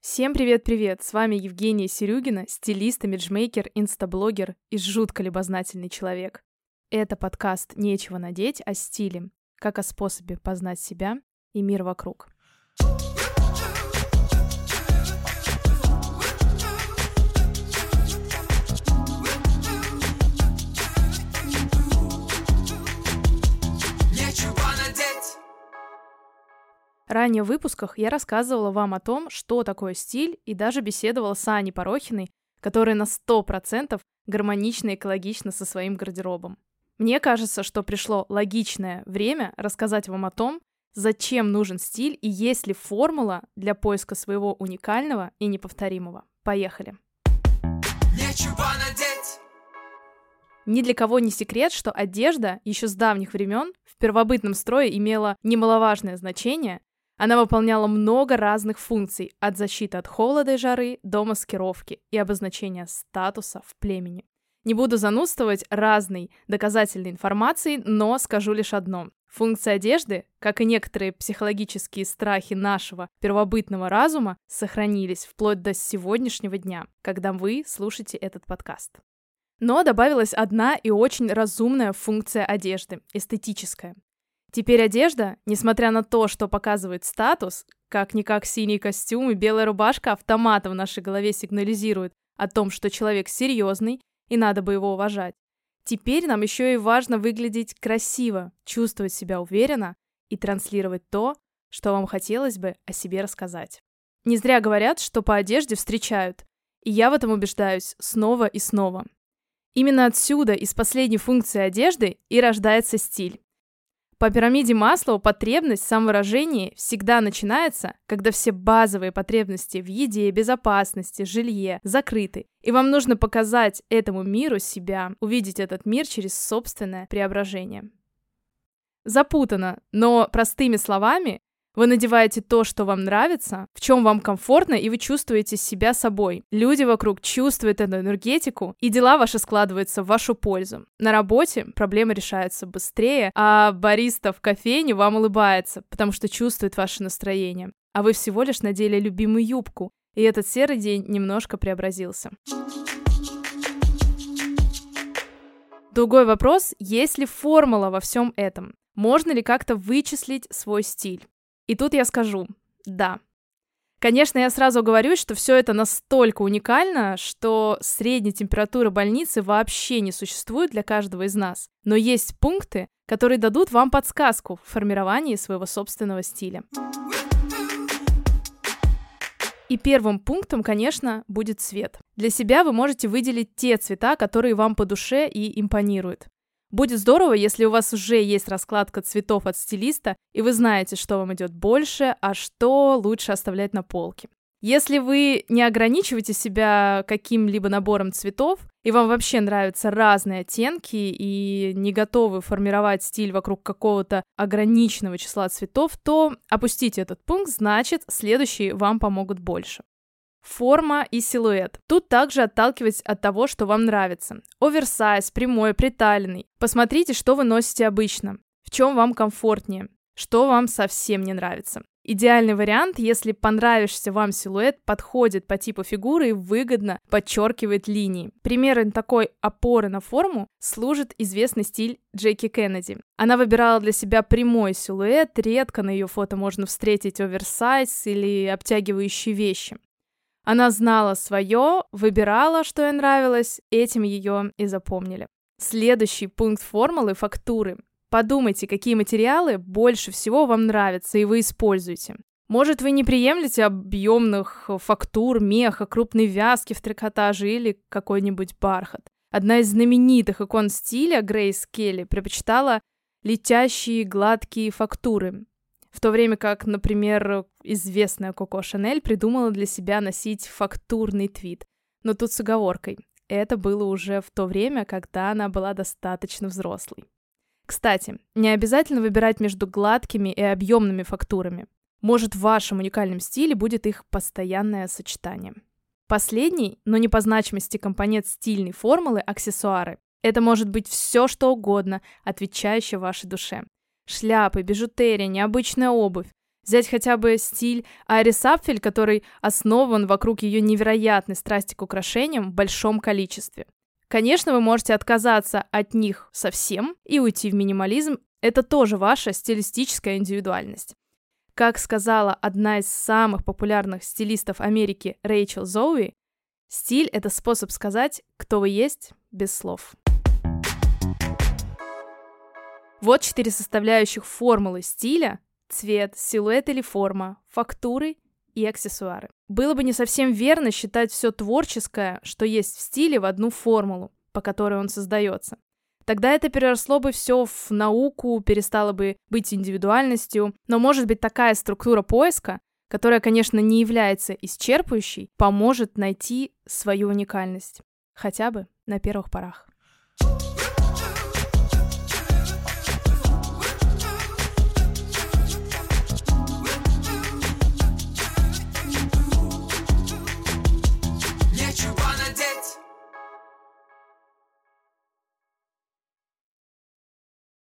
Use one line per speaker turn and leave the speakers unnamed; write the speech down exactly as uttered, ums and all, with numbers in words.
Всем привет-привет! С вами Евгения Серюгина, стилист, имиджмейкер, инстаблогер и жутко любознательный человек. Это подкаст «Нечего надеть» о стиле, как о способе познать себя и мир вокруг. Ранее в выпусках я рассказывала вам о том, что такое стиль, и даже беседовала с Аней Порохиной, которая на сто процентов гармонично и экологична со своим гардеробом. Мне кажется, что пришло логичное время рассказать вам о том, зачем нужен стиль и есть ли формула для поиска своего уникального и неповторимого. Поехали! Нечего надеть! Ни для кого не секрет, что одежда еще с давних времен в первобытном строе имела немаловажное значение. Она выполняла много разных функций, от защиты от холода и жары до маскировки и обозначения статуса в племени. Не буду занудствовать разной доказательной информацией, но скажу лишь одно. Функции одежды, как и некоторые психологические страхи нашего первобытного разума, сохранились вплоть до сегодняшнего дня, когда вы слушаете этот подкаст. Но добавилась одна и очень разумная функция одежды – эстетическая. Теперь одежда, несмотря на то, что показывает статус, как-никак синий костюм и белая рубашка автоматом в нашей голове сигнализируют о том, что человек серьезный и надо бы его уважать. Теперь нам еще и важно выглядеть красиво, чувствовать себя уверенно и транслировать то, что вам хотелось бы о себе рассказать. Не зря говорят, что по одежде встречают, и я в этом убеждаюсь снова и снова. Именно отсюда, из последней функции одежды, и рождается стиль. По пирамиде Маслоу потребность в самовыражении всегда начинается, когда все базовые потребности в еде, безопасности, жилье закрыты, и вам нужно показать этому миру себя, увидеть этот мир через собственное преображение. Запутанно, но простыми словами, вы надеваете то, что вам нравится, в чем вам комфортно, и вы чувствуете себя собой. Люди вокруг чувствуют эту энергетику, и дела ваши складываются в вашу пользу. На работе проблемы решаются быстрее, а бариста в кофейне вам улыбается, потому что чувствует ваше настроение. А вы всего лишь надели любимую юбку, и этот серый день немножко преобразился. Другой вопрос, есть ли формула во всем этом? Можно ли как-то вычислить свой стиль? И тут я скажу «да». Конечно, я сразу говорю, что все это настолько уникально, что средней температуры больницы вообще не существует для каждого из нас. Но есть пункты, которые дадут вам подсказку в формировании своего собственного стиля. И первым пунктом, конечно, будет цвет. Для себя вы можете выделить те цвета, которые вам по душе и импонируют. Будет здорово, если у вас уже есть раскладка цветов от стилиста, и вы знаете, что вам идет больше, а что лучше оставлять на полке. Если вы не ограничиваете себя каким-либо набором цветов, и вам вообще нравятся разные оттенки, и не готовы формировать стиль вокруг какого-то ограниченного числа цветов, то опустите этот пункт, значит, следующие вам помогут больше. Форма и силуэт. Тут также отталкивайтесь от того, что вам нравится. Оверсайз, прямой, приталенный. Посмотрите, что вы носите обычно, в чем вам комфортнее, что вам совсем не нравится. Идеальный вариант, если понравившийся вам силуэт подходит по типу фигуры и выгодно подчеркивает линии. Примером такой опоры на форму служит известный стиль Джеки Кеннеди. Она выбирала для себя прямой силуэт, редко на ее фото можно встретить оверсайз или обтягивающие вещи. Она знала свое, выбирала, что ей нравилось, этим ее и запомнили. Следующий пункт формулы – фактуры. Подумайте, какие материалы больше всего вам нравятся и вы используете. Может, вы не приемлете объемных фактур, меха, крупной вязки в трикотаже или какой-нибудь бархат. Одна из знаменитых икон стиля, Грейс Келли, предпочитала летящие гладкие фактуры. В то время как, например, известная Коко Шанель придумала для себя носить фактурный твид. Но тут с оговоркой. Это было уже в то время, когда она была достаточно взрослой. Кстати, не обязательно выбирать между гладкими и объемными фактурами. Может, в вашем уникальном стиле будет их постоянное сочетание. Последний, но не по значимости компонент стильной формулы – аксессуары. Это может быть все, что угодно, отвечающее вашей душе. Шляпы, бижутерия, необычная обувь. Взять хотя бы стиль Айрис Апфель, который основан вокруг ее невероятной страсти к украшениям в большом количестве. Конечно, вы можете отказаться от них совсем и уйти в минимализм. Это тоже ваша стилистическая индивидуальность. Как сказала одна из самых популярных стилистов Америки Рэйчел Зоуи, стиль — это способ сказать, кто вы есть, без слов. Вот четыре составляющих формулы стиля: цвет, силуэт или форма, фактуры и аксессуары. Было бы не совсем верно считать все творческое, что есть в стиле, в одну формулу, по которой он создается. Тогда это переросло бы все в науку, перестало бы быть индивидуальностью, но, может быть, такая структура поиска, которая, конечно, не является исчерпывающей, поможет найти свою уникальность, хотя бы на первых порах.